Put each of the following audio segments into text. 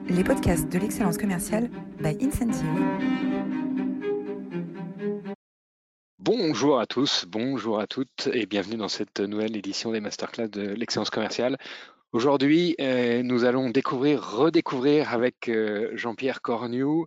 les podcasts de l'excellence commerciale by Incentive. Bonjour à tous, bonjour à toutes et bienvenue dans cette nouvelle édition des masterclass de l'excellence commerciale. Aujourd'hui, nous allons redécouvrir avec Jean-Pierre Cornu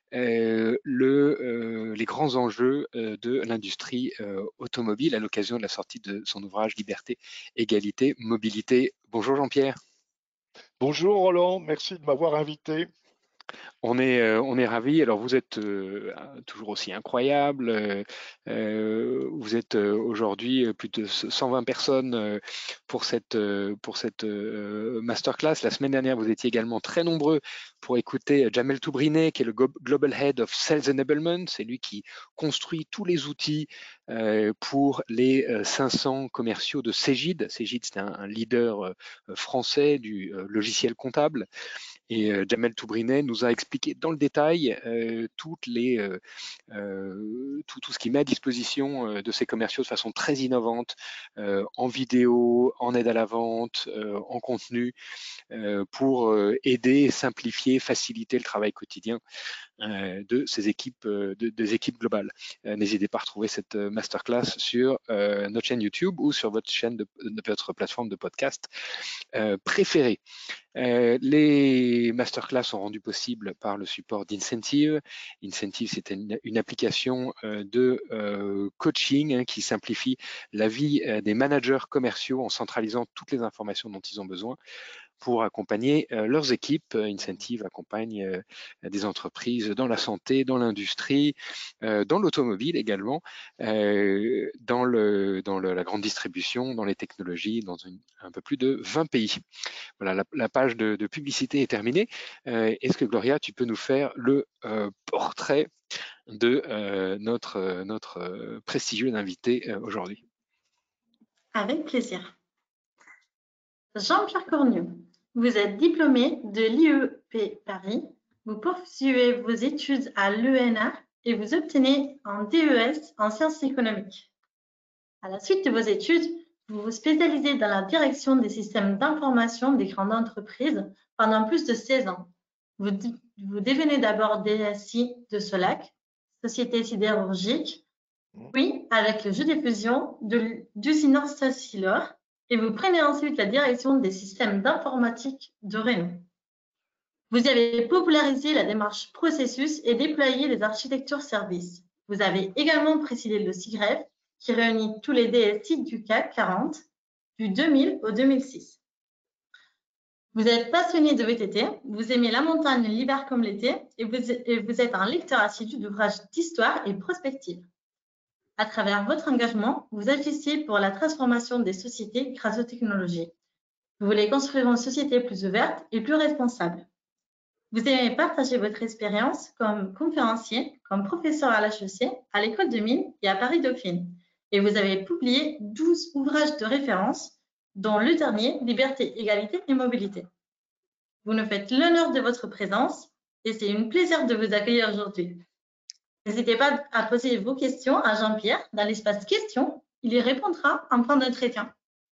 les grands enjeux de l'industrie automobile à l'occasion de la sortie de son ouvrage Liberté, Égalité, Mobilité. Bonjour Jean-Pierre. Bonjour Roland, merci de m'avoir invité. On est ravis. Alors vous êtes toujours aussi incroyable. Vous êtes aujourd'hui plus de 120 personnes pour cette masterclass. La semaine dernière, vous étiez également très nombreux pour écouter Jamel Toubrinet, qui est le Global Head of Sales Enablement. C'est lui qui construit tous les outils pour les 500 commerciaux de Cegid. Cegid, c'est un leader français du logiciel comptable. Et Jamel Toubrinet nous a expliqué dans le détail tout ce qu'il met à disposition de ses commerciaux de façon très innovante, en vidéo, en aide à la vente, en contenu, pour aider, simplifier, faciliter le travail quotidien de ces équipes, des équipes globales. N'hésitez pas à retrouver cette masterclass sur notre chaîne YouTube ou sur votre chaîne de votre plateforme de podcast préférée. Les masterclass sont rendus possibles par le support d'Incentive. Incentive, c'est une application de coaching qui simplifie la vie des managers commerciaux en centralisant toutes les informations dont ils ont besoin pour accompagner leurs équipes. Incentive accompagne des entreprises dans la santé, dans l'industrie, dans l'automobile également, dans la grande distribution, dans les technologies, dans un peu plus de 20 pays. Voilà, la page de publicité est terminée. Est-ce que Gloria, tu peux nous faire le portrait de notre prestigieux invité aujourd'hui? Avec plaisir. Jean-Pierre Cornu, vous êtes diplômé de l'IEP Paris, vous poursuivez vos études à l'ENA et vous obtenez un DES en sciences économiques. À la suite de vos études, vous vous spécialisez dans la direction des systèmes d'information des grandes entreprises pendant plus de 16 ans. Vous devenez d'abord DSI de Solac, société sidérurgique, puis avec le jeu des fusions d'Usinor Sacilor, et vous prenez ensuite la direction des systèmes d'informatique de Renault. Vous avez popularisé la démarche processus et déployé les architectures services. Vous avez également présidé le SIGREF, qui réunit tous les DSI du CAC 40 du 2000 au 2006. Vous êtes passionné de VTT, vous aimez la montagne l'hiver comme l'été et vous êtes un lecteur assidu d'ouvrages d'histoire et prospective. À travers votre engagement, vous agissez pour la transformation des sociétés grâce aux technologies. Vous voulez construire une société plus ouverte et plus responsable. Vous aimez partager votre expérience comme conférencier, comme professeur à l'HEC, à l'École de Mines et à Paris-Dauphine. Et vous avez publié 12 ouvrages de référence, dont le dernier, Liberté, Égalité et Mobilité. Vous nous faites l'honneur de votre présence et c'est un plaisir de vous accueillir aujourd'hui. N'hésitez pas à poser vos questions à Jean-Pierre dans l'espace questions. Il y répondra en fin d'entretien.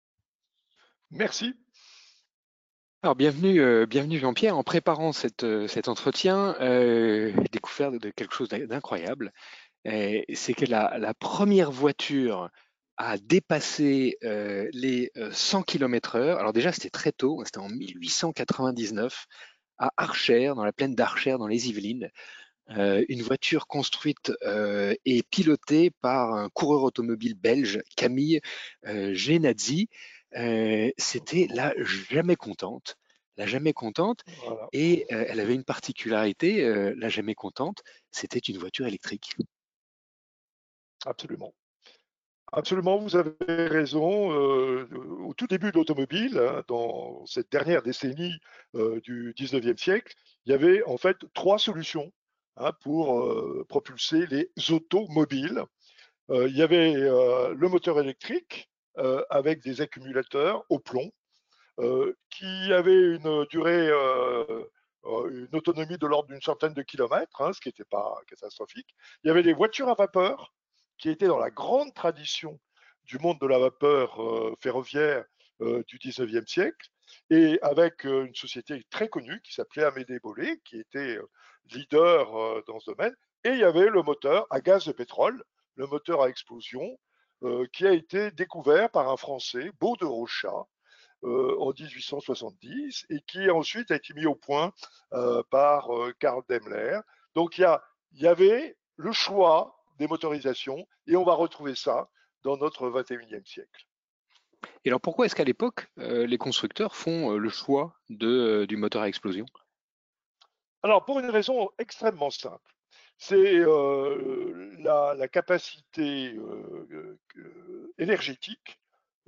Merci. Alors bienvenue Jean-Pierre. En préparant cet entretien, j'ai découvert de quelque chose d'incroyable. C'est que la première voiture à dépasser les 100 km/h, alors déjà c'était très tôt, c'était en 1899 à Archer, dans la plaine d'Archer, dans les Yvelines. Une voiture construite et pilotée par un coureur automobile belge, Camille Genadzi. C'était la jamais contente. Voilà. Et elle avait une particularité, la jamais contente, c'était une voiture électrique. Absolument. Absolument, vous avez raison. Au tout début de l'automobile, hein, dans cette dernière décennie du 19e siècle, il y avait en fait 3 solutions pour propulser les automobiles. Il y avait le moteur électrique avec des accumulateurs au plomb qui avait une durée, une autonomie de l'ordre d'une centaine de kilomètres, ce qui n'était pas catastrophique. Il y avait les voitures à vapeur qui étaient dans la grande tradition du monde de la vapeur ferroviaire du 19e siècle. et avec une société très connue qui s'appelait Amédée Bollé, qui était leader dans ce domaine. Et il y avait le moteur à gaz de pétrole, le moteur à explosion, qui a été découvert par un Français, Beau de Rochat, en 1870 et qui ensuite a été mis au point par Karl Daimler. Donc il y avait le choix des motorisations et on va retrouver ça dans notre 21e siècle. Et alors pourquoi est-ce qu'à l'époque, les constructeurs font le choix du moteur à explosion? Alors pour une raison extrêmement simple. C'est la capacité énergétique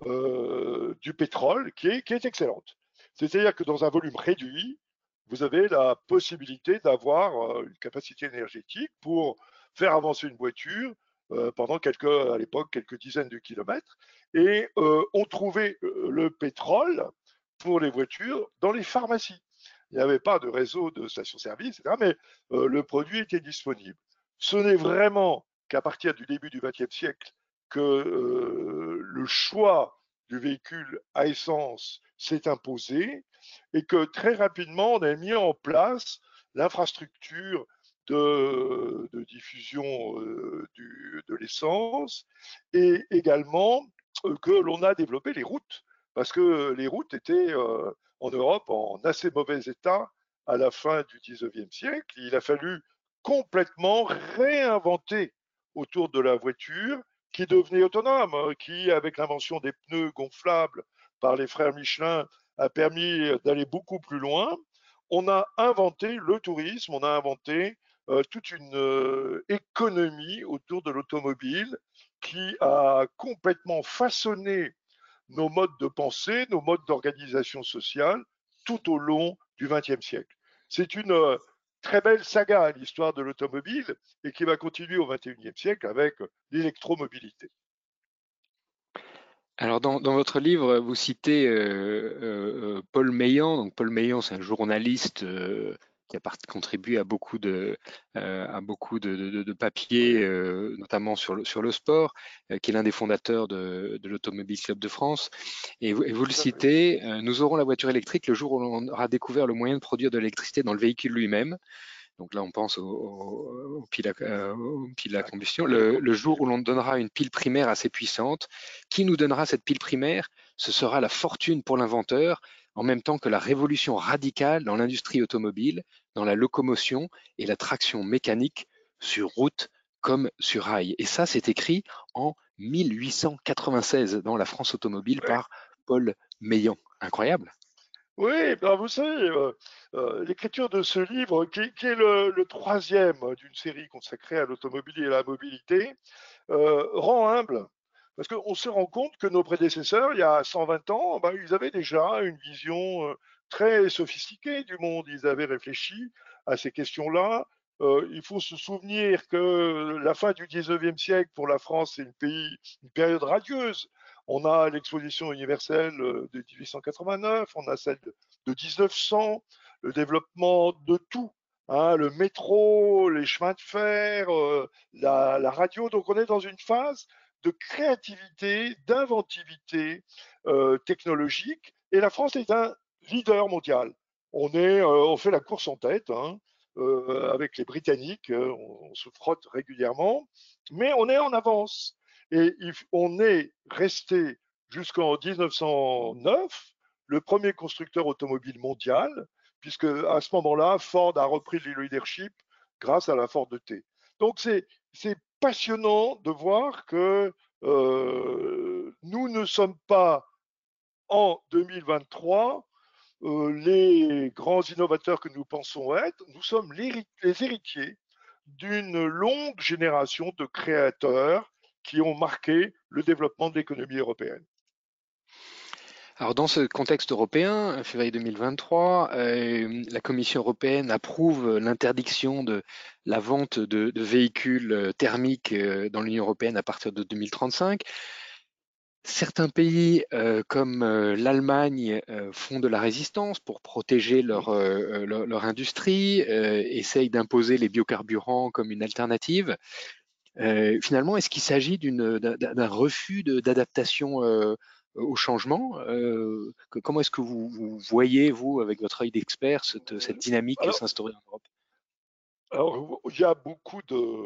du pétrole qui est excellente. C'est-à-dire que dans un volume réduit, vous avez la possibilité d'avoir une capacité énergétique pour faire avancer une voiture pendant à l'époque, quelques dizaines de kilomètres. Et on trouvait le pétrole pour les voitures dans les pharmacies. Il n'y avait pas de réseau de stations-service, etc., mais le produit était disponible. Ce n'est vraiment qu'à partir du début du XXe siècle que le choix du véhicule à essence s'est imposé et que très rapidement, on a mis en place l'infrastructure de diffusion de l'essence et également que l'on a développé les routes parce que les routes étaient en Europe en assez mauvais état à la fin du 19e siècle. Il a fallu complètement réinventer autour de la voiture qui devenait autonome, qui, avec l'invention des pneus gonflables par les frères Michelin, a permis d'aller beaucoup plus loin. On a inventé le tourisme, on a inventé toute une économie autour de l'automobile qui a complètement façonné nos modes de pensée, nos modes d'organisation sociale tout au long du XXe siècle. C'est une très belle saga, l'histoire de l'automobile, et qui va continuer au XXIe siècle avec l'électromobilité. Alors dans votre livre, vous citez Paul Meillan. Donc Paul Meillan, c'est un journaliste qui a contribué à beaucoup de papiers, notamment sur le sport, qui est l'un des fondateurs de l'Automobile Club de France. Et vous le citez, nous aurons la voiture électrique le jour où l'on aura découvert le moyen de produire de l'électricité dans le véhicule lui-même. Donc là, on pense aux piles à combustion. Le jour où l'on donnera une pile primaire assez puissante, qui nous donnera cette pile primaire? Ce sera la fortune pour l'inventeur, en même temps que la révolution radicale dans l'industrie automobile, dans la locomotion et la traction mécanique sur route comme sur rail. Et ça, c'est écrit en 1896 dans La France automobile par Paul Meillan. Incroyable. Oui, ben vous savez, l'écriture de ce livre, qui est le troisième d'une série consacrée à l'automobile et à la mobilité, rend humble. Parce qu'on se rend compte que nos prédécesseurs, il y a 120 ans, ben, ils avaient déjà une vision très sophistiquée du monde. Ils avaient réfléchi à ces questions-là. Il faut se souvenir que la fin du 19e siècle pour la France, c'est une période radieuse. On a l'exposition universelle de 1889, on a celle de 1900, le développement de tout, hein, le métro, les chemins de fer, la radio. Donc on est dans une phase de créativité, d'inventivité technologique, et la France est un leader mondial. On fait la course en tête, hein, avec les Britanniques, on se frotte régulièrement, mais on est en avance. Et on est resté jusqu'en 1909 le premier constructeur automobile mondial, puisque à ce moment-là, Ford a repris le leadership grâce à la Ford T. Donc c'est passionnant de voir que nous ne sommes pas en 2023 les grands innovateurs que nous pensons être, nous sommes les héritiers d'une longue génération de créateurs qui ont marqué le développement de l'économie européenne. Alors dans ce contexte européen, février 2023, la Commission européenne approuve l'interdiction de la vente de véhicules thermiques dans l'Union européenne à partir de 2035. Certains pays comme l'Allemagne font de la résistance pour protéger leur industrie, essayent d'imposer les biocarburants comme une alternative. Finalement, est-ce qu'il s'agit d'un refus d'adaptation au changement. Comment est-ce que vous voyez, vous, avec votre œil d'expert, cette dynamique s'instaurer en Europe? Alors, il y a beaucoup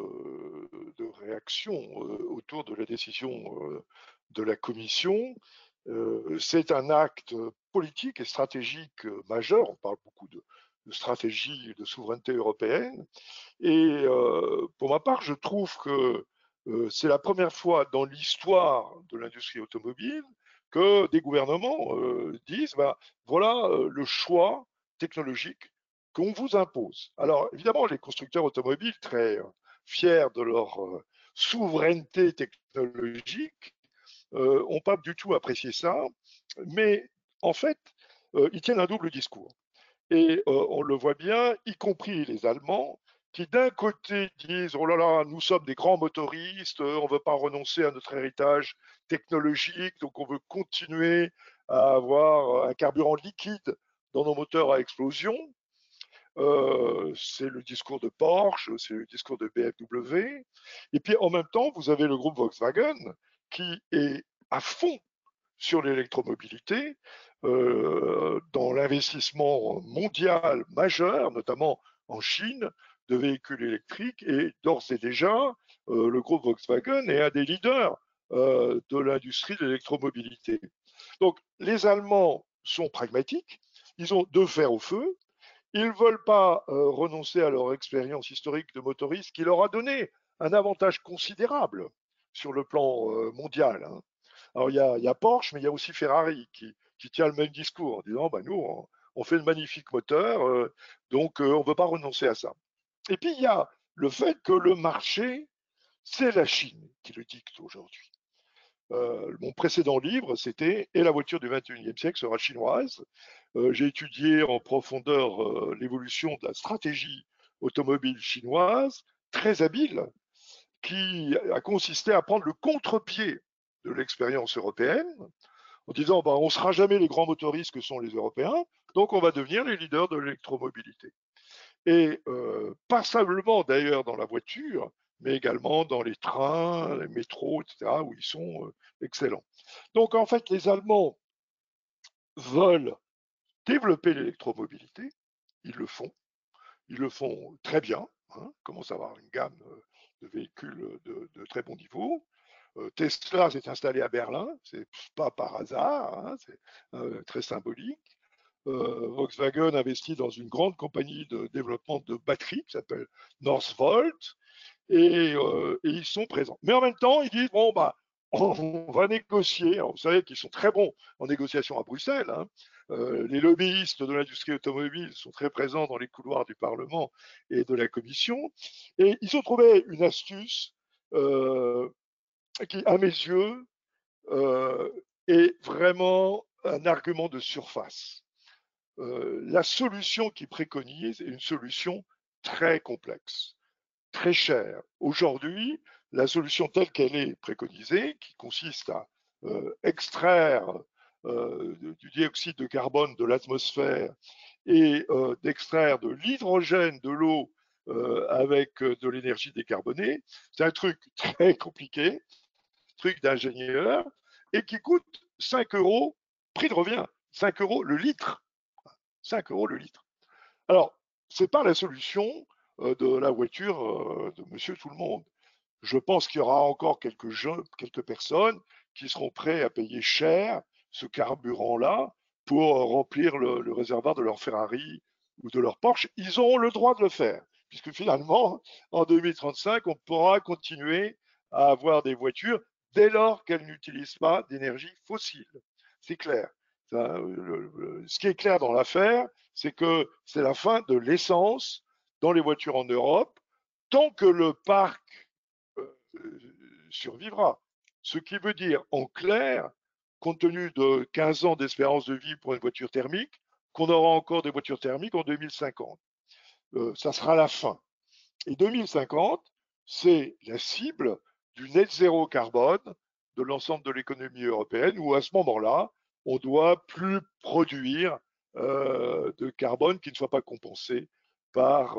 de réactions autour de la décision de la Commission. C'est un acte politique et stratégique majeur. On parle beaucoup de stratégie de souveraineté européenne. Et pour ma part, je trouve que c'est la première fois dans l'histoire de l'industrie automobile que des gouvernements disent, bah, voilà le choix technologique qu'on vous impose. Alors évidemment, les constructeurs automobiles, très fiers de leur souveraineté technologique, n'ont pas du tout apprécié ça, mais en fait, ils tiennent un double discours. Et on le voit bien, y compris les Allemands, qui d'un côté disent oh là là, nous sommes des grands motoristes, on ne veut pas renoncer à notre héritage technologique, donc on veut continuer à avoir un carburant liquide dans nos moteurs à explosion. C'est le discours de Porsche, c'est le discours de BMW. Et puis en même temps, vous avez le groupe Volkswagen qui est à fond sur l'électromobilité, dans l'investissement mondial majeur, notamment en Chine, de véhicules électriques. Et d'ores et déjà, le groupe Volkswagen est un des leaders de l'industrie de l'électromobilité. Donc les Allemands sont pragmatiques, ils ont deux fers au feu, ils ne veulent pas renoncer à leur expérience historique de motoriste qui leur a donné un avantage considérable sur le plan mondial. Hein. Alors il y a Porsche, mais il y a aussi Ferrari qui tient le même discours en disant bah, nous, on fait de magnifiques moteurs, donc on ne veut pas renoncer à ça. Et puis il y a le fait que le marché, c'est la Chine qui le dicte aujourd'hui. Mon précédent livre, c'était « Et la voiture du 21e siècle sera chinoise ». J'ai étudié en profondeur l'évolution de la stratégie automobile chinoise, très habile, qui a consisté à prendre le contre-pied de l'expérience européenne, en disant bah, on ne sera jamais les grands motoristes que sont les Européens, donc on va devenir les leaders de l'électromobilité. Et pas simplement d'ailleurs dans la voiture, mais également dans les trains, les métros, etc., où ils sont excellents. Donc en fait, les Allemands veulent développer l'électromobilité, ils le font très bien, hein, commencent à avoir une gamme de véhicules de très bon niveau. Tesla s'est installé à Berlin, c'est pas par hasard, hein, c'est très symbolique. Volkswagen investit dans une grande compagnie de développement de batteries qui s'appelle Northvolt et ils sont présents. Mais en même temps, ils disent bon bah on va négocier. Alors, vous savez qu'ils sont très bons en négociation à Bruxelles. Hein. Les lobbyistes de l'industrie automobile sont très présents dans les couloirs du Parlement et de la Commission. Et ils ont trouvé une astuce qui, à mes yeux, est vraiment un argument de surface. La solution qu'ils préconisent est une solution très complexe, très chère. Aujourd'hui, la solution telle qu'elle est préconisée, qui consiste à extraire du dioxyde de carbone de l'atmosphère et d'extraire de l'hydrogène de l'eau avec de l'énergie décarbonée, c'est un truc très compliqué, truc d'ingénieur, et qui coûte 5 euros, prix de revient, 5 euros le litre. 5 euros le litre. Alors, ce n'est pas la solution de la voiture de monsieur tout le monde. Je pense qu'il y aura encore quelques personnes qui seront prêtes à payer cher ce carburant-là pour remplir le réservoir de leur Ferrari ou de leur Porsche. Ils auront le droit de le faire, puisque finalement, en 2035, on pourra continuer à avoir des voitures dès lors qu'elles n'utilisent pas d'énergie fossile. C'est clair. Ce qui est clair dans l'affaire, c'est que c'est la fin de l'essence dans les voitures en Europe, tant que le parc survivra. Ce qui veut dire, en clair, compte tenu de 15 ans d'espérance de vie pour une voiture thermique, qu'on aura encore des voitures thermiques en 2050. Ça sera la fin. Et 2050, c'est la cible du net zéro carbone de l'ensemble de l'économie européenne, où à ce moment-là, on ne doit plus produire de carbone qui ne soit pas compensé par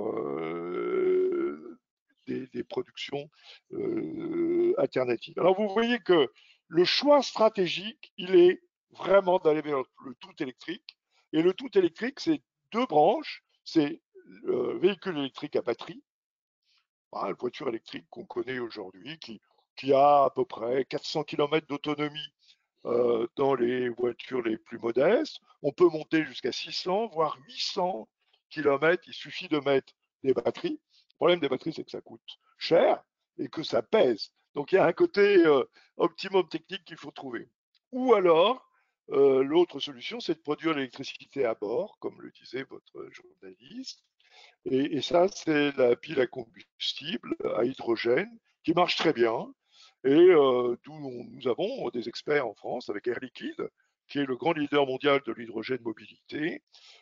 des productions alternatives. Alors vous voyez que le choix stratégique, il est vraiment d'aller vers le tout électrique. Et le tout électrique, c'est deux branches. C'est le véhicule électrique à batterie, hein, la voiture électrique qu'on connaît aujourd'hui, qui a à peu près 400 km d'autonomie dans les voitures les plus modestes. On peut monter jusqu'à 600, voire 800 km. Il suffit de mettre des batteries. Le problème des batteries, c'est que ça coûte cher et que ça pèse. Donc il y a un côté optimum technique qu'il faut trouver. Ou alors, l'autre solution, c'est de produire l'électricité à bord, comme le disait votre journaliste. Et ça, c'est la pile à combustible à hydrogène qui marche très bien. Et nous avons des experts en France avec Air Liquide, qui est le grand leader mondial de l'hydrogène mobilité,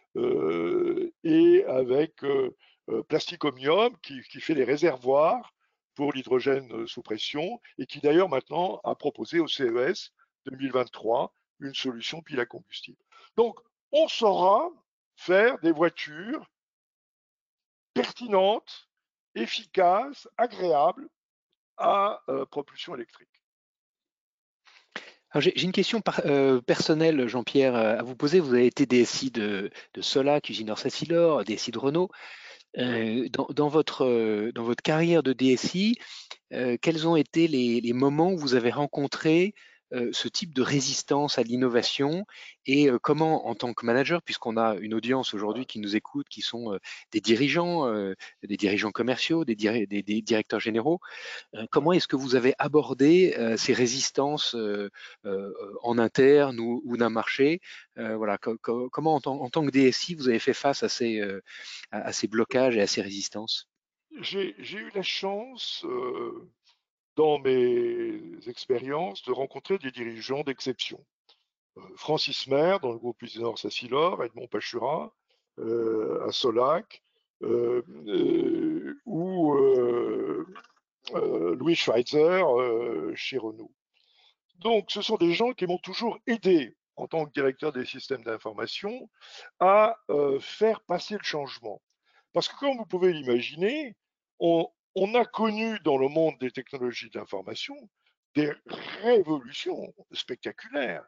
et avec Plastic Omnium qui fait les réservoirs pour l'hydrogène sous pression et qui d'ailleurs maintenant a proposé au CES 2023 une solution pile à combustible. Donc, on saura faire des voitures pertinentes, efficaces, agréables à propulsion électrique. J'ai une question personnelle, Jean-Pierre, à vous poser. Vous avez été DSI de Solac, Usinor Sacilor, DSI de Renault. Dans votre carrière de DSI, quels ont été les moments où vous avez rencontré ce type de résistance à l'innovation et comment, en tant que manager, puisqu'on a une audience aujourd'hui qui nous écoute, qui sont des dirigeants commerciaux, des directeurs généraux, comment est-ce que vous avez abordé ces résistances en interne ou d'un marché? Voilà, comment, en tant que DSI, vous avez fait face à ces blocages et à ces résistances? J'ai eu la chance, dans mes expériences, de rencontrer des dirigeants d'exception. Francis Maire, dans le groupe Usinor Sacilor, Edmond Pachura, à Solac, ou Louis Schweitzer chez Renault. Donc, ce sont des gens qui m'ont toujours aidé, en tant que directeur des systèmes d'information, à faire passer le changement. Parce que, comme vous pouvez l'imaginer, on a connu dans le monde des technologies d'information des révolutions spectaculaires.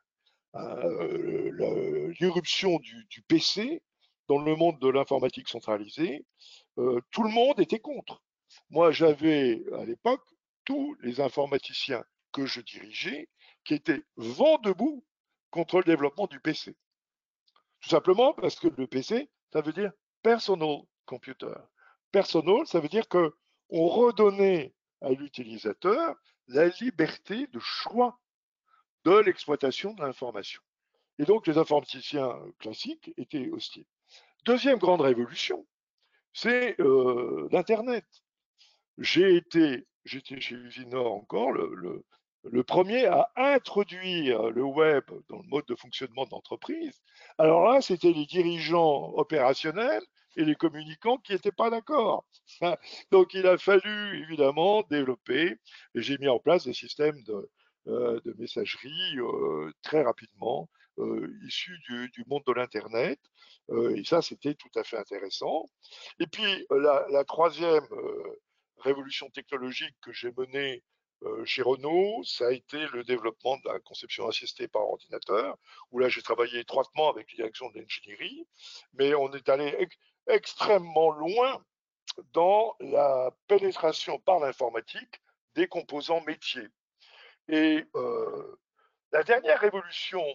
L'irruption du PC dans le monde de l'informatique centralisée, tout le monde était contre. Moi, j'avais à l'époque tous les informaticiens que je dirigeais qui étaient vent debout contre le développement du PC. Tout simplement parce que le PC, ça veut dire personal computer. Personal, ça veut dire que on redonnait à l'utilisateur la liberté de choix de l'exploitation de l'information. Et donc les informaticiens classiques étaient hostiles. Deuxième grande révolution, c'est l'Internet. J'étais chez Usinor encore le premier à introduire le web dans le mode de fonctionnement de l'entreprise. Alors là, c'était les dirigeants opérationnels et les communicants qui n'étaient pas d'accord. Donc il a fallu évidemment développer, et j'ai mis en place des systèmes de messagerie très rapidement, issus du monde de l'Internet. Et ça, c'était tout à fait intéressant. Et puis la troisième révolution technologique que j'ai menée chez Renault, ça a été le développement de la conception assistée par ordinateur, où là j'ai travaillé étroitement avec les directions de l'ingénierie, mais on est allé extrêmement loin dans la pénétration par l'informatique des composants métiers. Et la dernière révolution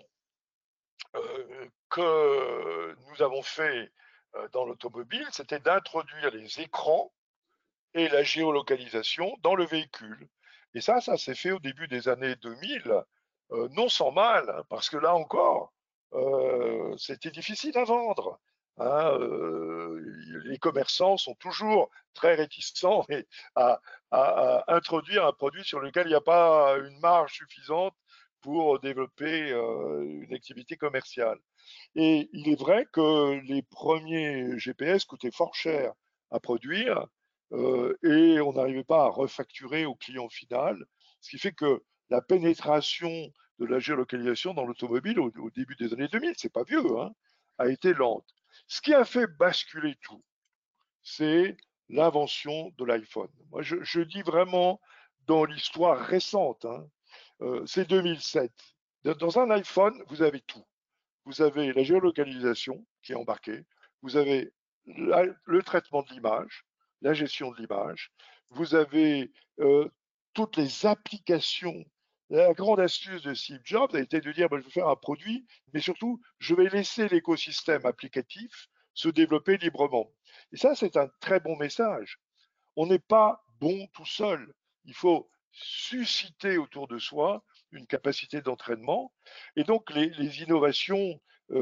que nous avons fait dans l'automobile, c'était d'introduire les écrans et la géolocalisation dans le véhicule. Et ça s'est fait au début des années 2000, non sans mal, hein, parce que là encore, c'était difficile à vendre. Hein, les commerçants sont toujours très réticents à introduire un produit sur lequel il n'y a pas une marge suffisante pour développer une activité commerciale. Et il est vrai que les premiers GPS coûtaient fort cher à produire, et on n'arrivait pas à refacturer au client final, ce qui fait que la pénétration de la géolocalisation dans l'automobile au début des années 2000, c'est pas vieux, hein, a été lente. Ce qui a fait basculer tout, c'est l'invention de l'iPhone. Moi, je dis vraiment dans l'histoire récente, hein, c'est 2007. Dans un iPhone, vous avez tout. Vous avez la géolocalisation qui est embarquée, vous avez le traitement de l'image, la gestion de l'image, vous avez toutes les applications. La grande astuce de Steve Jobs a été de dire, je vais faire un produit, mais surtout, je vais laisser l'écosystème applicatif se développer librement. Et ça, c'est un très bon message. On n'est pas bon tout seul. Il faut susciter autour de soi une capacité d'entraînement. Et donc, les innovations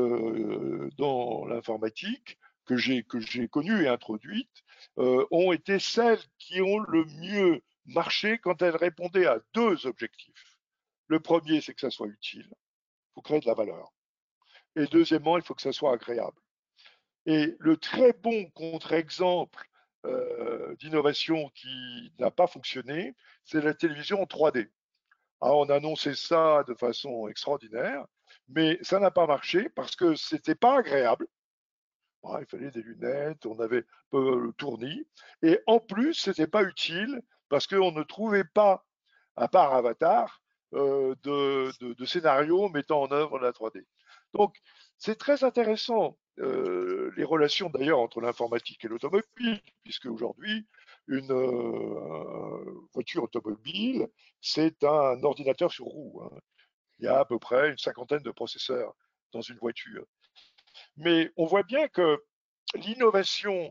dans l'informatique que j'ai connues et introduites ont été celles qui ont le mieux marché quand elles répondaient à deux objectifs. Le premier, c'est que ça soit utile. Il faut créer de la valeur. Et deuxièmement, il faut que ça soit agréable. Et le très bon contre-exemple d'innovation qui n'a pas fonctionné, c'est la télévision en 3D. Alors, on a annoncé ça de façon extraordinaire, mais ça n'a pas marché parce que c'était pas agréable. Il fallait des lunettes, on avait un peu le tournis, et en plus, c'était pas utile parce qu'on ne trouvait pas, à part Avatar, de scénario mettant en œuvre la 3D. Donc, c'est très intéressant, les relations d'ailleurs entre l'informatique et l'automobile, puisque aujourd'hui, une voiture automobile, c'est un ordinateur sur roue. Il y a à peu près une cinquantaine de processeurs dans une voiture. Mais on voit bien que l'innovation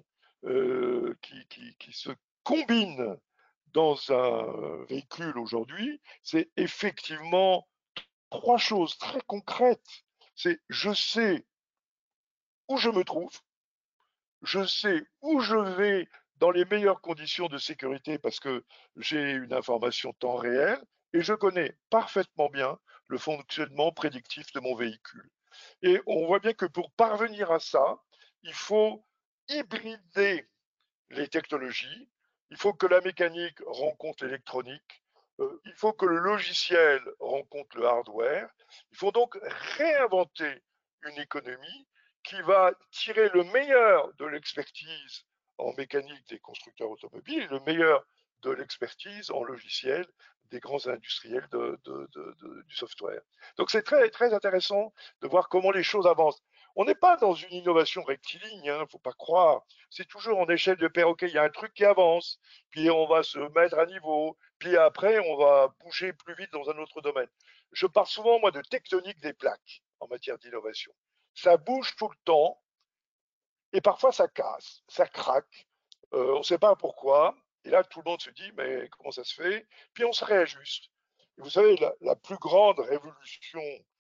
qui se combine dans un véhicule aujourd'hui, c'est effectivement trois choses très concrètes. C'est je sais où je me trouve, je sais où je vais dans les meilleures conditions de sécurité parce que j'ai une information temps réel et je connais parfaitement bien le fonctionnement prédictif de mon véhicule. Et on voit bien que pour parvenir à ça, il faut hybrider les technologies, il faut que la mécanique rencontre l'électronique, il faut que le logiciel rencontre le hardware. Il faut donc réinventer une économie qui va tirer le meilleur de l'expertise en mécanique des constructeurs automobiles et le meilleur de l'expertise en logiciel des grands industriels du software. Donc c'est très, très intéressant de voir comment les choses avancent. On n'est pas dans une innovation rectiligne, il ne faut pas croire. C'est toujours en échelle de perroquet. Il y a un truc qui avance, puis on va se mettre à niveau, puis après on va bouger plus vite dans un autre domaine. Je parle souvent, moi, de tectonique des plaques en matière d'innovation. Ça bouge tout le temps, et parfois ça casse, ça craque. On ne sait pas pourquoi. Et là, tout le monde se dit, mais comment ça se fait? Puis on se réajuste. Et vous savez, la plus grande révolution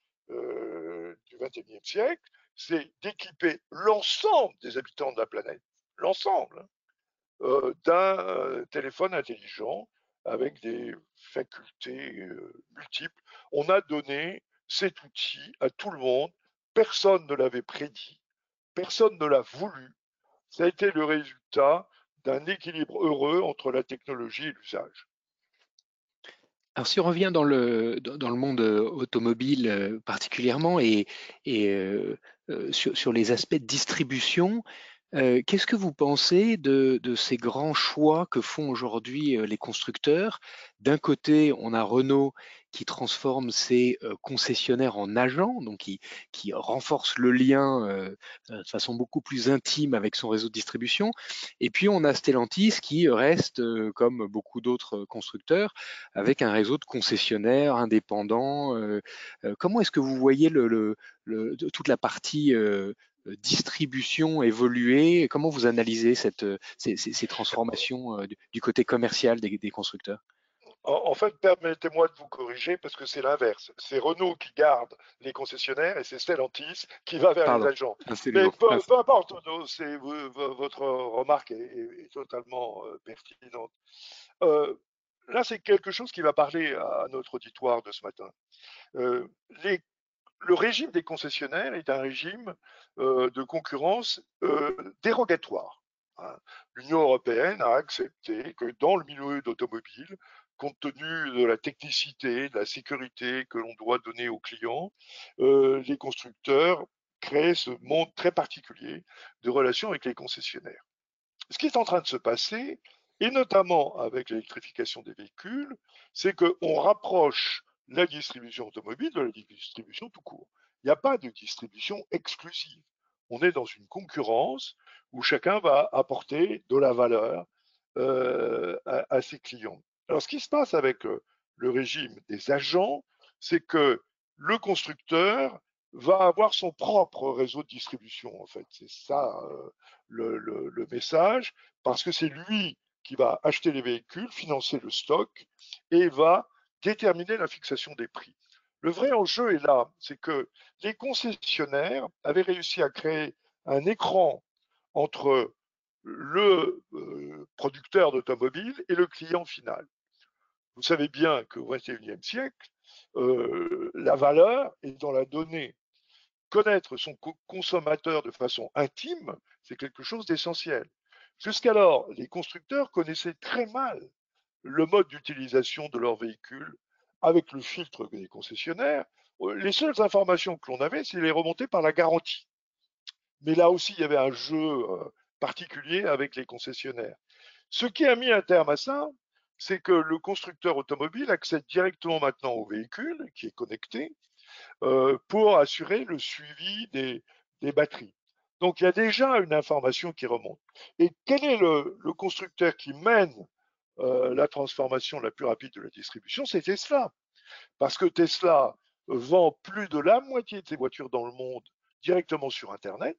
du XXIe siècle, c'est d'équiper l'ensemble des habitants de la planète, l'ensemble, d'un téléphone intelligent avec des facultés multiples. On a donné cet outil à tout le monde. Personne ne l'avait prédit, personne ne l'a voulu. Ça a été le résultat d'un équilibre heureux entre la technologie et l'usage. Alors si on revient dans le monde automobile particulièrement et sur les aspects de distribution, qu'est-ce que vous pensez de ces grands choix que font aujourd'hui les constructeurs? D'un côté, on a Renault qui transforme ses concessionnaires en agents, donc qui renforce le lien de façon beaucoup plus intime avec son réseau de distribution. Et puis on a Stellantis qui reste, comme beaucoup d'autres constructeurs, avec un réseau de concessionnaires indépendants. Comment est-ce que vous voyez toute la partie distribution évoluer? Comment vous analysez ces transformations du côté commercial des constructeurs? En fait, permettez-moi de vous corriger parce que c'est l'inverse. C'est Renault qui garde les concessionnaires et c'est Stellantis qui va vers les agents. Mais peu importe, votre remarque est totalement pertinente. Là, c'est quelque chose qui va parler à notre auditoire de ce matin. Le régime des concessionnaires est un régime de concurrence dérogatoire. L'Union européenne a accepté que dans le milieu d'automobile, compte tenu de la technicité, de la sécurité que l'on doit donner aux clients, les constructeurs créent ce monde très particulier de relations avec les concessionnaires. Ce qui est en train de se passer, et notamment avec l'électrification des véhicules, c'est qu'on rapproche la distribution automobile de la distribution tout court. Il n'y a pas de distribution exclusive. On est dans une concurrence où chacun va apporter de la valeur à ses clients. Alors, ce qui se passe avec le régime des agents, c'est que le constructeur va avoir son propre réseau de distribution, en fait. C'est ça le message, parce que c'est lui qui va acheter les véhicules, financer le stock et va déterminer la fixation des prix. Le vrai enjeu est là, c'est que les concessionnaires avaient réussi à créer un écran entre le producteur d'automobile et le client final. Vous savez bien qu'au XXIe siècle, la valeur est dans la donnée. Connaître son consommateur de façon intime, c'est quelque chose d'essentiel. Jusqu'alors, les constructeurs connaissaient très mal le mode d'utilisation de leur véhicule avec le filtre des concessionnaires. Les seules informations que l'on avait, c'est les remontées par la garantie. Mais là aussi, il y avait un jeu particulier avec les concessionnaires. Ce qui a mis un terme à ça, c'est que le constructeur automobile accède directement maintenant au véhicule qui est connecté pour assurer le suivi des batteries. Donc il y a déjà une information qui remonte. Et quel est le constructeur qui mène la transformation la plus rapide de la distribution? C'est Tesla. Parce que Tesla vend plus de la moitié de ses voitures dans le monde directement sur Internet.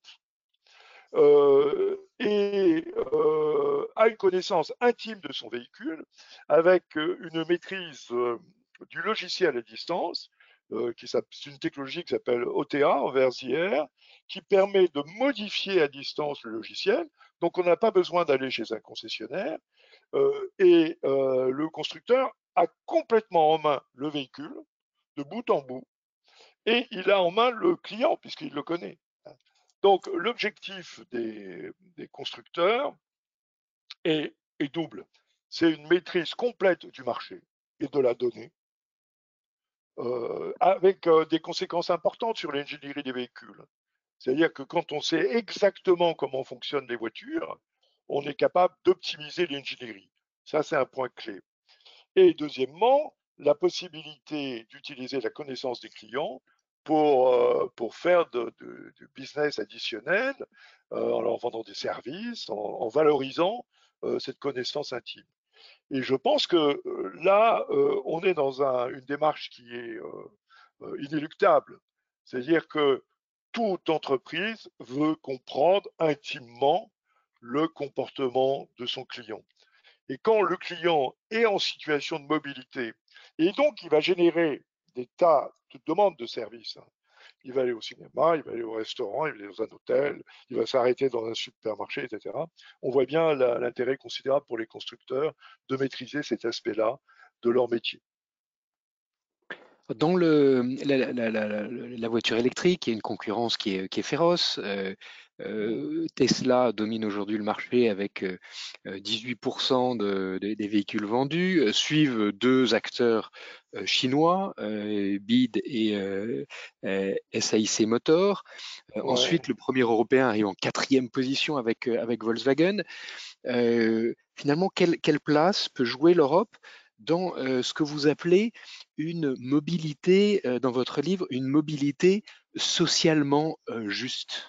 Et a une connaissance intime de son véhicule avec une maîtrise du logiciel à distance, c'est une technologie qui s'appelle OTA, over the air, qui permet de modifier à distance le logiciel. Donc on n'a pas besoin d'aller chez un concessionnaire et le constructeur a complètement en main le véhicule de bout en bout et il a en main le client puisqu'il le connaît. Donc l'objectif des constructeurs est double. C'est une maîtrise complète du marché et de la donnée, avec des conséquences importantes sur l'ingénierie des véhicules. C'est-à-dire que quand on sait exactement comment fonctionnent les voitures, on est capable d'optimiser l'ingénierie. Ça, c'est un point clé. Et deuxièmement, la possibilité d'utiliser la connaissance des clients pour faire du business additionnel en leur vendant des services, en valorisant cette connaissance intime. Et je pense que là, on est dans une démarche qui est inéluctable. C'est-à-dire que toute entreprise veut comprendre intimement le comportement de son client. Et quand le client est en situation de mobilité, et donc il va générer des tas de demandes de services, il va aller au cinéma, il va aller au restaurant, il va aller dans un hôtel, il va s'arrêter dans un supermarché, etc. On voit bien l'intérêt considérable pour les constructeurs de maîtriser cet aspect-là de leur métier. Dans la voiture électrique, il y a une concurrence qui est féroce. Tesla domine aujourd'hui le marché avec 18% des véhicules vendus. Suivent deux acteurs chinois, BYD et SAIC Motor. Ensuite, le premier européen arrive en 4e position avec Volkswagen. Finalement, quelle place peut jouer l'Europe dans ce que vous appelez une mobilité, dans votre livre, une mobilité socialement juste?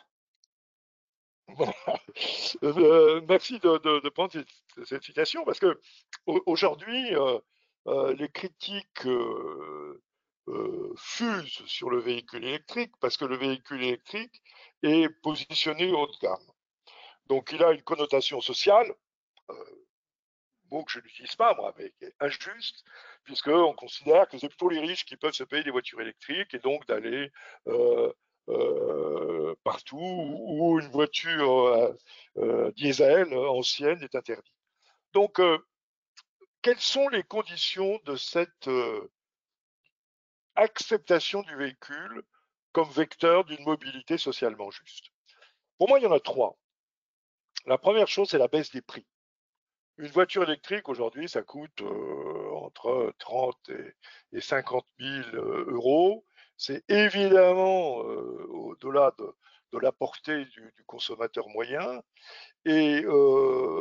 Merci de prendre cette citation parce que aujourd'hui, les critiques fusent sur le véhicule électrique parce que le véhicule électrique est positionné haut de gamme. Donc il a une connotation sociale, mot que je n'utilise pas moi, mais qui est injuste, puisqu'on considère que c'est plutôt les riches qui peuvent se payer des voitures électriques et donc d'aller partout où une voiture diesel ancienne est interdite. Donc, quelles sont les conditions de cette acceptation du véhicule comme vecteur d'une mobilité socialement juste? Pour moi, il y en a trois. La première chose, c'est la baisse des prix. Une voiture électrique, aujourd'hui, ça coûte entre 30 et 50 000 euros. C'est évidemment au-delà de la portée du consommateur moyen et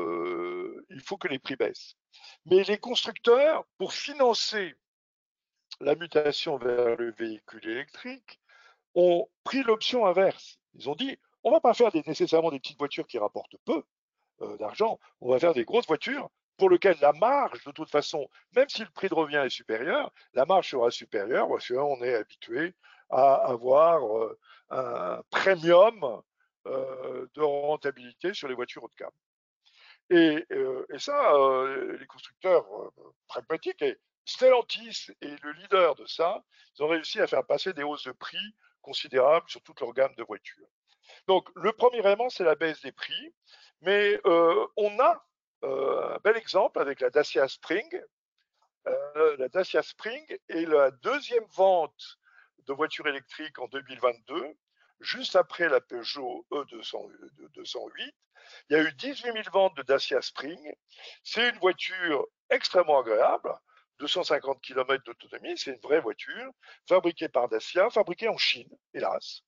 il faut que les prix baissent. Mais les constructeurs, pour financer la mutation vers le véhicule électrique ont pris l'option inverse. Ils ont dit, on ne va pas faire nécessairement des petites voitures qui rapportent peu d'argent, on va faire des grosses voitures pour lesquelles la marge, de toute façon, même si le prix de revient est supérieur, la marge sera supérieure parce qu'on est habitué à avoir un premium de rentabilité sur les voitures haut de gamme. Et ça, les constructeurs pragmatiques, et Stellantis est le leader de ça, ils ont réussi à faire passer des hausses de prix considérables sur toute leur gamme de voitures. Donc, le premier élément, c'est la baisse des prix, mais on a un bel exemple avec la Dacia Spring. La Dacia Spring est la deuxième vente de voitures électriques en 2022, juste après la Peugeot E208. Il y a eu 18 000 ventes de Dacia Spring. C'est une voiture extrêmement agréable, 250 km d'autonomie, c'est une vraie voiture, fabriquée par Dacia, fabriquée en Chine, hélas,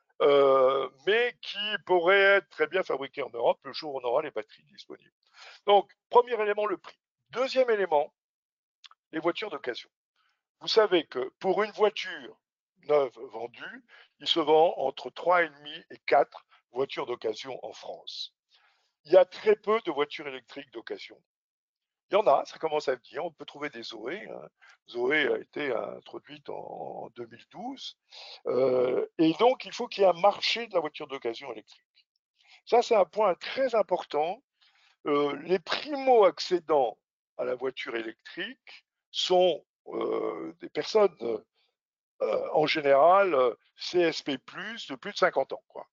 mais qui pourrait être très bien fabriquée en Europe le jour où on aura les batteries disponibles. Donc, premier élément, le prix. Deuxième élément, les voitures d'occasion. Vous savez que pour une voiture neuve vendue, il se vend entre 3,5 et 4 voitures d'occasion en France. Il y a très peu de voitures électriques d'occasion. Il y en a, ça commence à venir. On peut trouver des Zoé. Zoé a été introduite en 2012. Et donc, il faut qu'il y ait un marché de la voiture d'occasion électrique. Ça, c'est un point très important. Les primo-accédants à la voiture électrique sont des personnes, en général, CSP+, de plus de 50 ans. Quoi.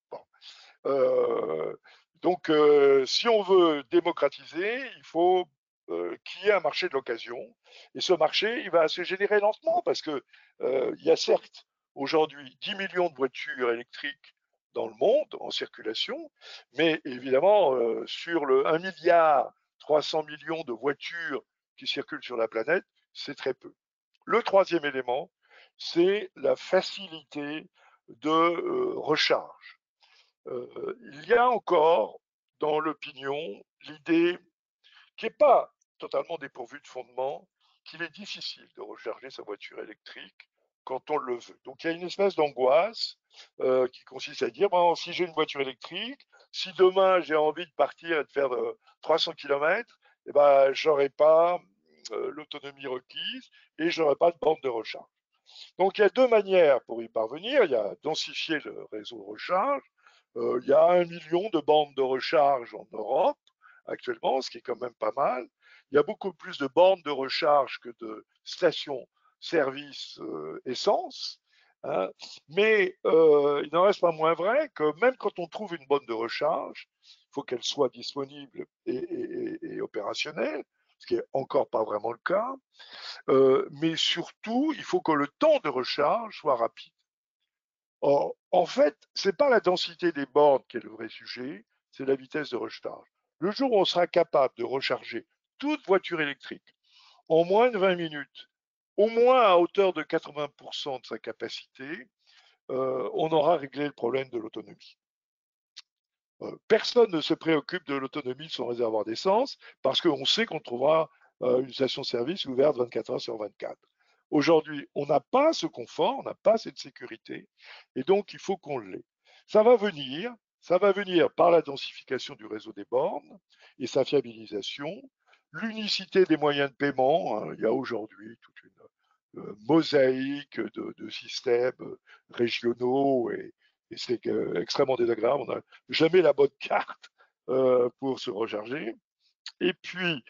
Bon. Donc, si on veut démocratiser, il faut qu'il y ait un marché de l'occasion. Et ce marché, il va se générer lentement parce que il y a certes aujourd'hui 10 millions de voitures électriques dans le monde en circulation, mais évidemment, sur le 1,3 milliard de voitures qui circulent sur la planète, c'est très peu. Le troisième élément, c'est la facilité de recharge. Il y a encore dans l'opinion l'idée qui n'est pas totalement dépourvue de fondement, qu'il est difficile de recharger sa voiture électrique quand on le veut. Donc il y a une espèce d'angoisse qui consiste à dire, bon, si j'ai une voiture électrique, si demain j'ai envie de partir et de faire 300 km, eh ben, je n'aurai pas l'autonomie requise et je n'aurai pas de borne de recharge. Donc il y a deux manières pour y parvenir. Il y a densifier le réseau de recharge. Il y a 1 million de bornes de recharge en Europe actuellement, ce qui est quand même pas mal. Il y a beaucoup plus de bornes de recharge que de stations-service essence. Hein. Mais il n'en reste pas moins vrai que même quand on trouve une borne de recharge, il faut qu'elle soit disponible et opérationnelle, ce qui n'est encore pas vraiment le cas. Mais surtout, il faut que le temps de recharge soit rapide. Or, en fait, ce n'est pas la densité des bornes qui est le vrai sujet, c'est la vitesse de recharge. Le jour où on sera capable de recharger toute voiture électrique en moins de 20 minutes, au moins à hauteur de 80% de sa capacité, on aura réglé le problème de l'autonomie. Personne ne se préoccupe de l'autonomie de son réservoir d'essence parce qu'on sait qu'on trouvera une station-service ouverte 24 heures sur 24. Aujourd'hui, on n'a pas ce confort, on n'a pas cette sécurité, et donc il faut qu'on l'ait. Ça va venir par la densification du réseau des bornes et sa fiabilisation, l'unicité des moyens de paiement. Hein, il y a aujourd'hui toute une mosaïque de systèmes régionaux et c'est extrêmement désagréable. On n'a jamais la bonne carte pour se recharger. Et puis,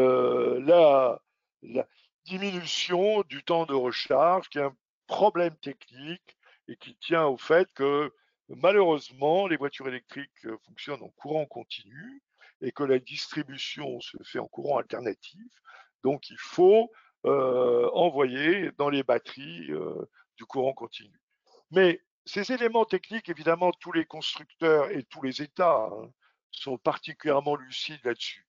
la diminution du temps de recharge, qui est un problème technique et qui tient au fait que malheureusement, les voitures électriques fonctionnent en courant continu et que la distribution se fait en courant alternatif. Donc, il faut envoyer dans les batteries du courant continu. Mais ces éléments techniques, évidemment, tous les constructeurs et tous les États sont particulièrement lucides là-dessus.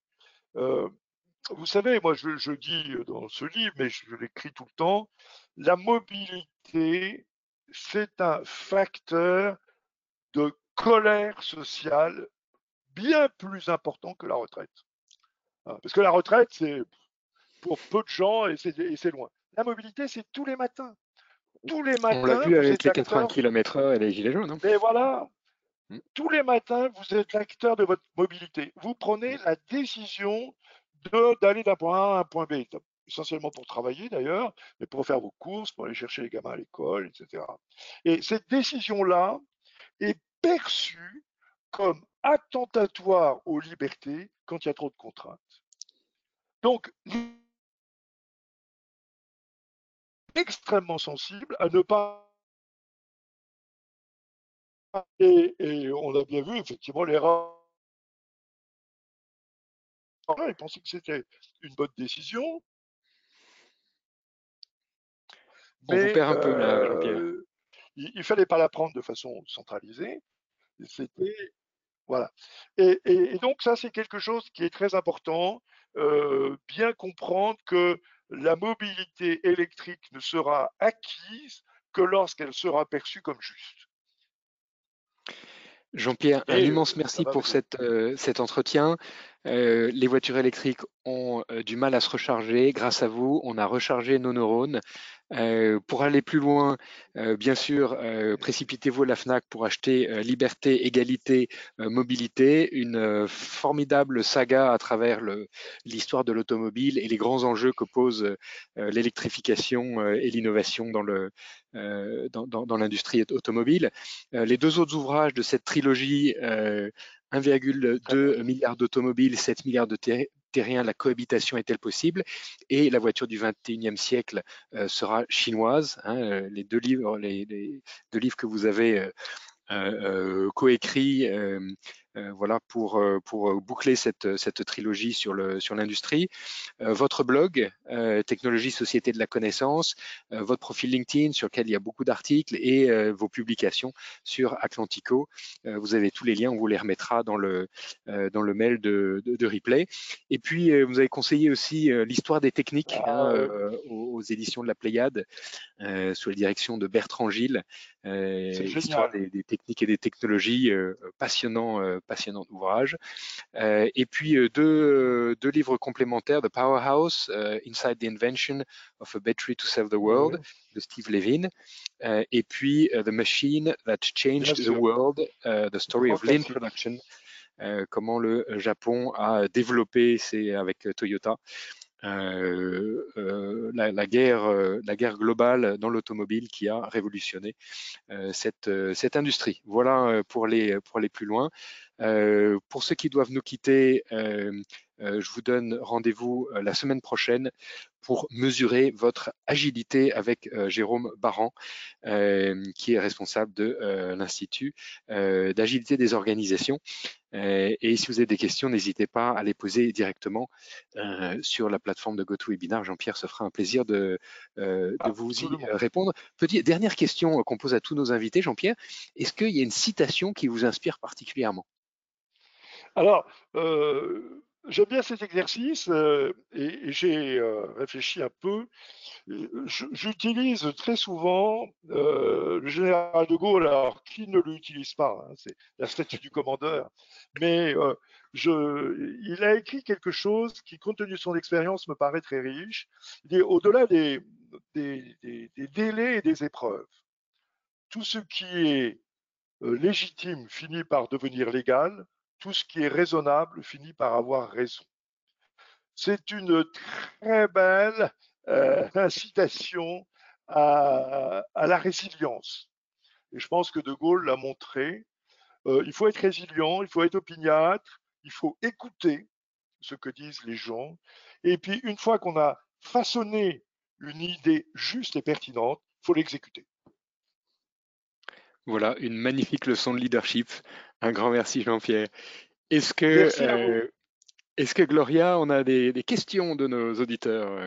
Vous savez, moi je dis dans ce livre, mais je l'écris tout le temps, la mobilité, c'est un facteur de colère sociale bien plus important que la retraite. Parce que la retraite, c'est pour peu de gens et c'est loin. La mobilité, c'est tous les matins. Tous les On l'a matins, vu vous avec êtes les 80 l'acteur. km/h et les gilets jaunes. Hein. Mais voilà, Mm. tous les matins, vous êtes l'acteur de votre mobilité. Vous prenez la décision d'aller d'un point A à un point B, essentiellement pour travailler d'ailleurs, mais pour faire vos courses, pour aller chercher les gamins à l'école, etc. Et cette décision-là est perçue comme attentatoire aux libertés quand il y a trop de contraintes. Donc, extrêmement sensible à ne pas. Et on a bien vu effectivement l'erreur. Ils pensaient que c'était une bonne décision, On vous mais perd un peu là, Jean-Pierre. il ne fallait pas la prendre de façon centralisée. C'était voilà. Et donc ça, c'est quelque chose qui est très important. Bien comprendre que la mobilité électrique ne sera acquise que lorsqu'elle sera perçue comme juste. Jean-Pierre, un Et immense ça merci va pour venir. cet entretien. Les voitures électriques ont du mal à se recharger. Grâce à vous, on a rechargé nos neurones. Pour aller plus loin, bien sûr, précipitez-vous à la FNAC pour acheter Liberté, Égalité, Mobilité, une formidable saga à travers l'histoire de l'automobile et les grands enjeux que pose l'électrification et l'innovation dans l'industrie automobile. Les deux autres ouvrages de cette trilogie, 1,2 milliard d'automobiles, 7 milliards de terriens, la cohabitation est-elle possible? Et la voiture du 21e siècle sera chinoise. Hein, les deux livres, les deux livres que vous avez coécrit voilà, pour boucler cette trilogie sur l'industrie. Votre blog, Technologie, Société de la Connaissance, votre profil LinkedIn sur lequel il y a beaucoup d'articles et vos publications sur Atlantico. Vous avez tous les liens, on vous les remettra dans le mail de replay. Et puis, vous avez conseillé aussi l'histoire des techniques aux éditions de la Pléiade, sous la direction de Bertrand Gilles, C'est histoire génial. des techniques et des technologies, passionnant ouvrage. Et puis deux livres complémentaires, The Powerhouse, Inside the Invention of a Battery to Save the World, de Steve Levin, et puis The Machine That Changed the World, The Story Grand of Lean classique. Production, comment le Japon a développé, avec Toyota, la guerre globale dans l'automobile qui a révolutionné cette industrie. Voilà pour les plus loin. Pour ceux qui doivent nous quitter, je vous donne rendez-vous la semaine prochaine pour mesurer votre agilité avec Jérôme Barran, qui est responsable de l'Institut d'agilité des organisations. Et si vous avez des questions, n'hésitez pas à les poser directement sur la plateforme de GoToWebinar. Jean-Pierre se fera un plaisir de vous y répondre. Dernière question qu'on pose à tous nos invités, Jean-Pierre. Est-ce qu'il y a une citation qui vous inspire particulièrement? Alors, j'aime bien cet exercice et j'ai réfléchi un peu. J'utilise très souvent le général de Gaulle, alors qui ne l'utilise pas, hein, c'est la statue du commandeur, mais il a écrit quelque chose qui, compte tenu de son expérience, me paraît très riche. Il dit, au-delà des délais et des épreuves, tout ce qui est légitime finit par devenir légal, tout ce qui est raisonnable finit par avoir raison. C'est une très belle incitation à la résilience. Et je pense que De Gaulle l'a montré. Il faut être résilient, il faut être opiniâtre, il faut écouter ce que disent les gens. Et puis, une fois qu'on a façonné une idée juste et pertinente, il faut l'exécuter. Voilà, une magnifique leçon de leadership. Un grand merci, Jean-Pierre. Est-ce Merci à vous. que Gloria, on a des questions de nos auditeurs?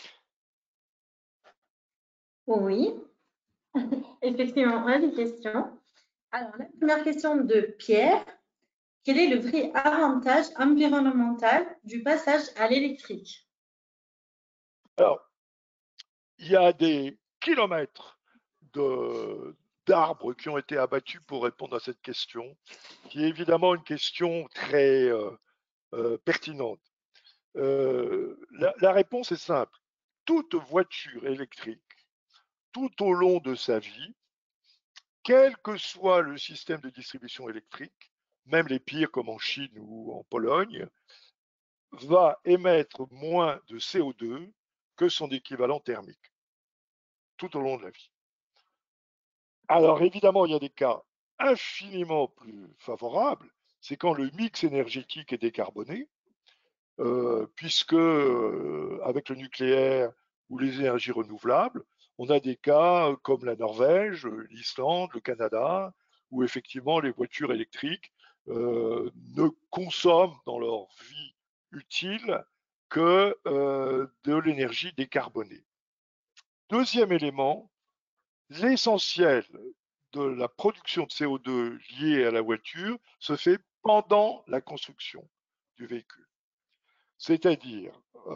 Oui, effectivement, on a des questions. Alors, la première question de Pierre. Quel est le vrai avantage environnemental du passage à l'électrique? Alors, il y a des kilomètres d'arbres qui ont été abattus pour répondre à cette question, qui est évidemment une question très pertinente. La réponse est simple. toute voiture électrique, tout au long de sa vie, quel que soit le système de distribution électrique, même les pires comme en Chine ou en Pologne, va émettre moins de CO2 que son équivalent thermique, tout au long de la vie. Alors évidemment, il y a des cas infiniment plus favorables, c'est quand le mix énergétique est décarboné, puisque avec le nucléaire ou les énergies renouvelables, on a des cas comme la Norvège, l'Islande, le Canada, où effectivement les voitures électriques ne consomment dans leur vie utile que de l'énergie décarbonée. Deuxième élément, l'essentiel de la production de CO2 liée à la voiture se fait pendant la construction du véhicule. C'est-à-dire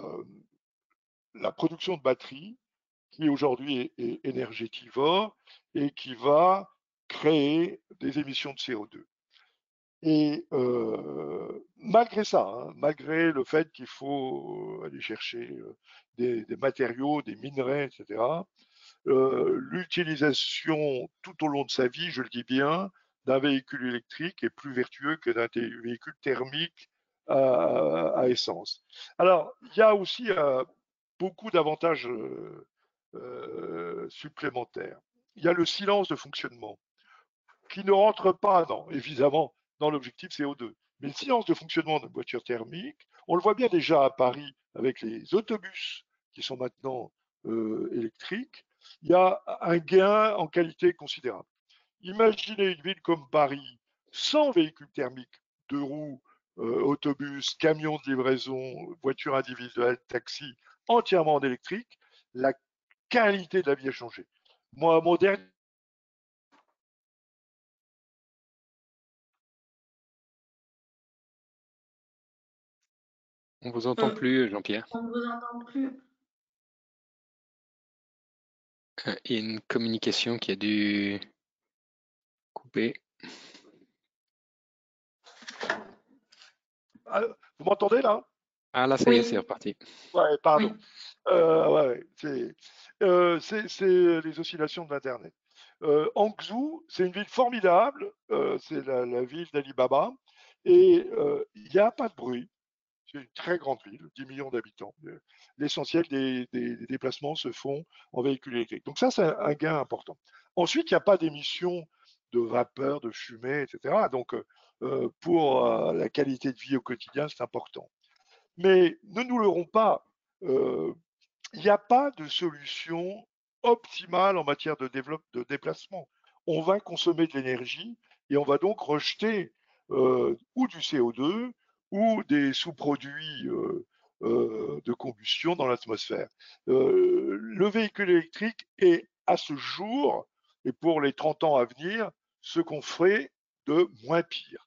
la production de batteries qui aujourd'hui est énergétivore et qui va créer des émissions de CO2. Et malgré ça, hein, malgré le fait qu'il faut aller chercher des matériaux, des minerais, etc., l'utilisation tout au long de sa vie, je le dis bien, d'un véhicule électrique est plus vertueux que d'un véhicule thermique à essence. Alors, il y a aussi beaucoup d'avantages supplémentaires. Il y a le silence de fonctionnement qui ne rentre pas, évidemment, dans l'objectif CO2. Mais le silence de fonctionnement d'une voiture thermique, on le voit bien déjà à Paris avec les autobus qui sont maintenant électriques, il y a un gain en qualité considérable. Imaginez une ville comme Paris sans véhicules thermiques, deux roues, autobus, camions de livraison, voitures individuelles, taxis, entièrement en électrique, la qualité de la vie a changé. Moi, mon dernier On vous entend plus, Jean-Pierre. On ne vous entend plus. Il y a une communication qui a dû couper. Vous m'entendez là? Ah là, ça y est, c'est reparti. Ouais, pardon. Oui. Ouais, c'est les oscillations de l'Internet. Hangzhou, c'est une ville formidable, c'est la ville d'Alibaba, et il n'y a pas de bruit. C'est une très grande ville, 10 millions d'habitants. L'essentiel des déplacements se font en véhicule électrique. Donc ça, c'est un gain important. Ensuite, il n'y a pas d'émissions de vapeur, de fumée, etc. Donc, pour la qualité de vie au quotidien, c'est important. Mais ne nous leurrons pas, il n'y a pas de solution optimale en matière de déplacement. On va consommer de l'énergie et on va donc rejeter ou du CO2 ou des sous-produits de combustion dans l'atmosphère. Le véhicule électrique est à ce jour, et pour les 30 ans à venir, ce qu'on ferait de moins pire.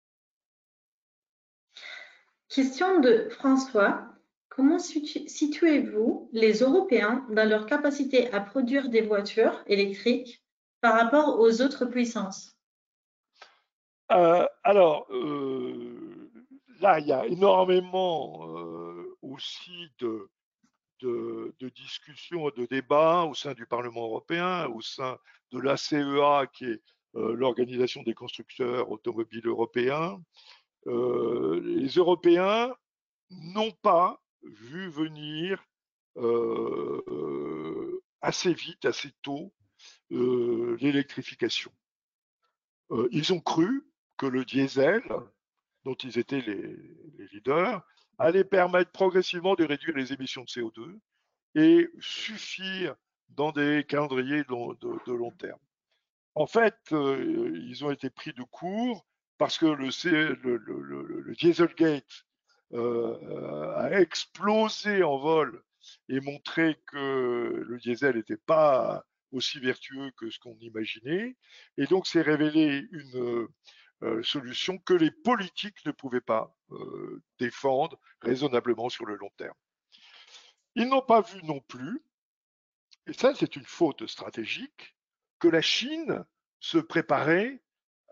Question de François. Comment situez-vous les Européens dans leur capacité à produire des voitures électriques par rapport aux autres puissances? Alors, là, il y a énormément aussi de discussions, de débats au sein du Parlement européen, au sein de l'ACEA, qui est l'organisation des constructeurs automobiles européens. Les Européens n'ont pas vu venir assez vite, assez tôt, l'électrification. Ils ont cru que le diesel, dont ils étaient les leaders, allait permettre progressivement de réduire les émissions de CO2 et suffire dans des calendriers de long terme. En fait, ils ont été pris de court parce que le Dieselgate a explosé en vol et montré que le diesel n'était pas aussi vertueux que ce qu'on imaginait. Et donc, c'est révélé une solution que les politiques ne pouvaient pas défendre raisonnablement sur le long terme. Ils n'ont pas vu non plus, et ça c'est une faute stratégique, que la Chine se préparait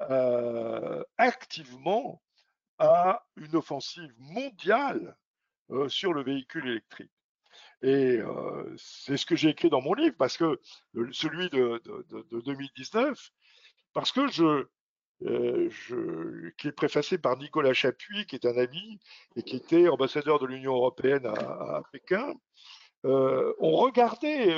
activement à une offensive mondiale sur le véhicule électrique. Et c'est ce que j'ai écrit dans mon livre, parce que celui de 2019, parce que qui est préfacé par Nicolas Chapuis, qui est un ami et qui était ambassadeur de l'Union européenne à Pékin. On regardait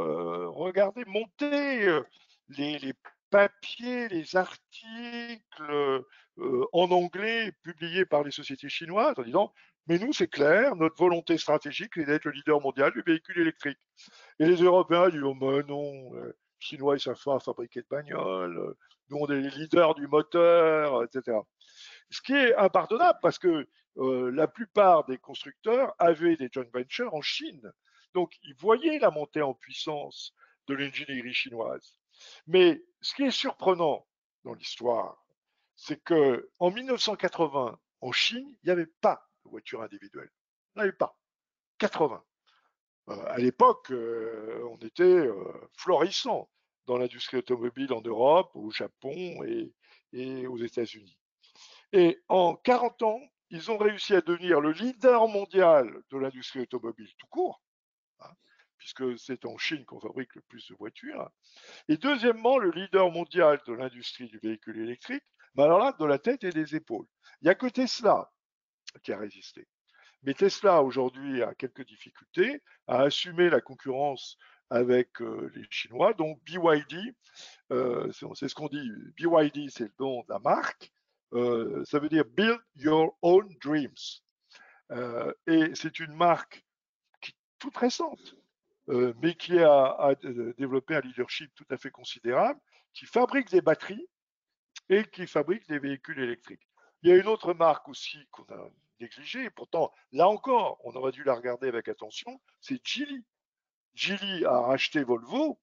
monter les papiers, les articles en anglais publiés par les sociétés chinoises en disant mais nous, c'est clair, notre volonté stratégique, c'est d'être le leader mondial du véhicule électrique. Et les Européens disent oh, mais non, les Chinois, ils savent pas fabriquer de bagnoles, nous, on est les leaders du moteur, etc. Ce qui est impardonnable parce que la plupart des constructeurs avaient des joint ventures en Chine. Donc, ils voyaient la montée en puissance de l'ingénierie chinoise. Mais ce qui est surprenant dans l'histoire, c'est que en 1980, en Chine, il n'y avait pas de voiture individuelle. Il n'y en avait pas. 80. À l'époque, on était florissant dans l'industrie automobile en Europe, au Japon et aux États-Unis. Et en 40 ans, ils ont réussi à devenir le leader mondial de l'industrie automobile tout court, hein, puisque c'est en Chine qu'on fabrique le plus de voitures. Et deuxièmement, le leader mondial de l'industrie du véhicule électrique, mais alors là, de la tête et des épaules. Il n'y a que Tesla qui a résisté. Mais Tesla, aujourd'hui, a quelques difficultés à assumer la concurrence avec les Chinois. Donc BYD, c'est ce qu'on dit, BYD, c'est le nom de la marque. Ça veut dire Build Your Own Dreams. Et c'est une marque toute récente, mais qui a développé un leadership tout à fait considérable, qui fabrique des batteries et qui fabrique des véhicules électriques. Il y a une autre marque aussi qu'on a négligée, et pourtant, là encore, on aurait dû la regarder avec attention, c'est Geely. Geely a racheté Volvo.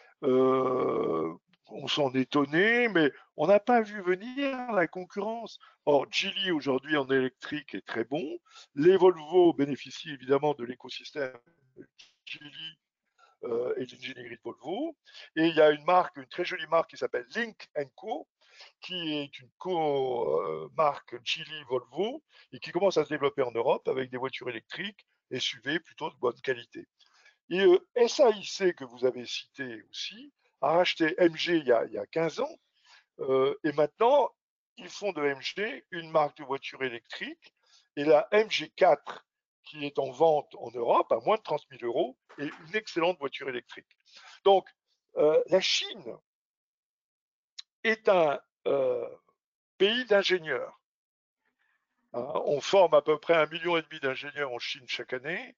On s'en étonnait, mais on n'a pas vu venir la concurrence. Or, Geely aujourd'hui en électrique est très bon. Les Volvo bénéficient évidemment de l'écosystème Geely et de l'ingénierie de Volvo. Et il y a une très jolie marque qui s'appelle Lynk & Co, qui est une co-marque Geely-Volvo et qui commence à se développer en Europe avec des voitures électriques SUV plutôt de bonne qualité. Et SAIC, que vous avez cité aussi, a racheté MG il y a 15 ans. Et maintenant, ils font de MG une marque de voiture électrique. Et la MG4, qui est en vente en Europe à moins de 30 000 euros, est une excellente voiture électrique. Donc, la Chine est un pays d'ingénieurs. On forme à peu près 1,5 million d'ingénieurs en Chine chaque année.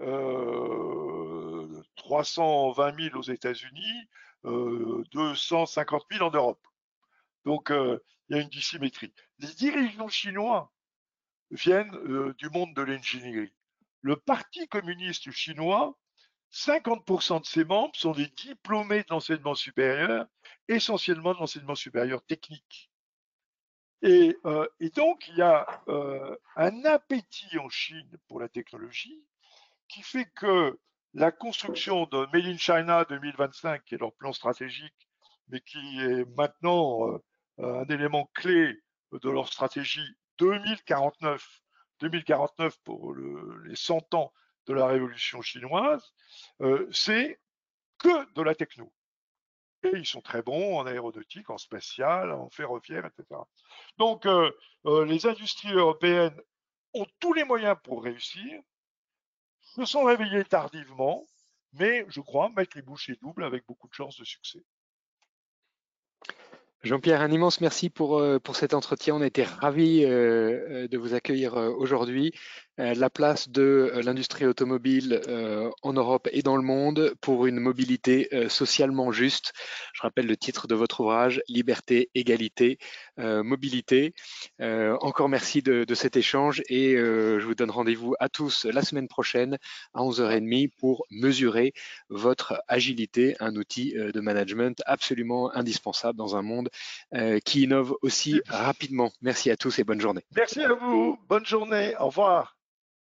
320 000 aux États-Unis, 250 000 en Europe. Donc, il y a une dissymétrie. Les dirigeants chinois viennent du monde de l'ingénierie. Le Parti communiste chinois, 50% de ses membres sont des diplômés de l'enseignement supérieur, essentiellement de l'enseignement supérieur technique. Et donc, il y a un appétit en Chine pour la technologie qui fait que la construction de Made in China 2025, qui est leur plan stratégique, mais qui est maintenant un élément clé de leur stratégie 2049 pour les 100 ans de la révolution chinoise, c'est que de la techno. Et ils sont très bons en aéronautique, en spatial, en ferroviaire, etc. Donc, les industries européennes ont tous les moyens pour réussir, se sont réveillés tardivement, mais je crois mettre les bouchées doubles avec beaucoup de chances de succès. Jean-Pierre, un immense merci pour cet entretien. On a été ravis de vous accueillir aujourd'hui. La place de l'industrie automobile en Europe et dans le monde pour une mobilité socialement juste. Je rappelle le titre de votre ouvrage, Liberté, égalité, mobilité. Encore merci de cet échange et je vous donne rendez-vous à tous la semaine prochaine à 11h30 pour mesurer votre agilité, un outil de management absolument indispensable dans un monde qui innove aussi rapidement. Merci à tous et bonne journée. Merci à vous. Bonne journée. Au revoir.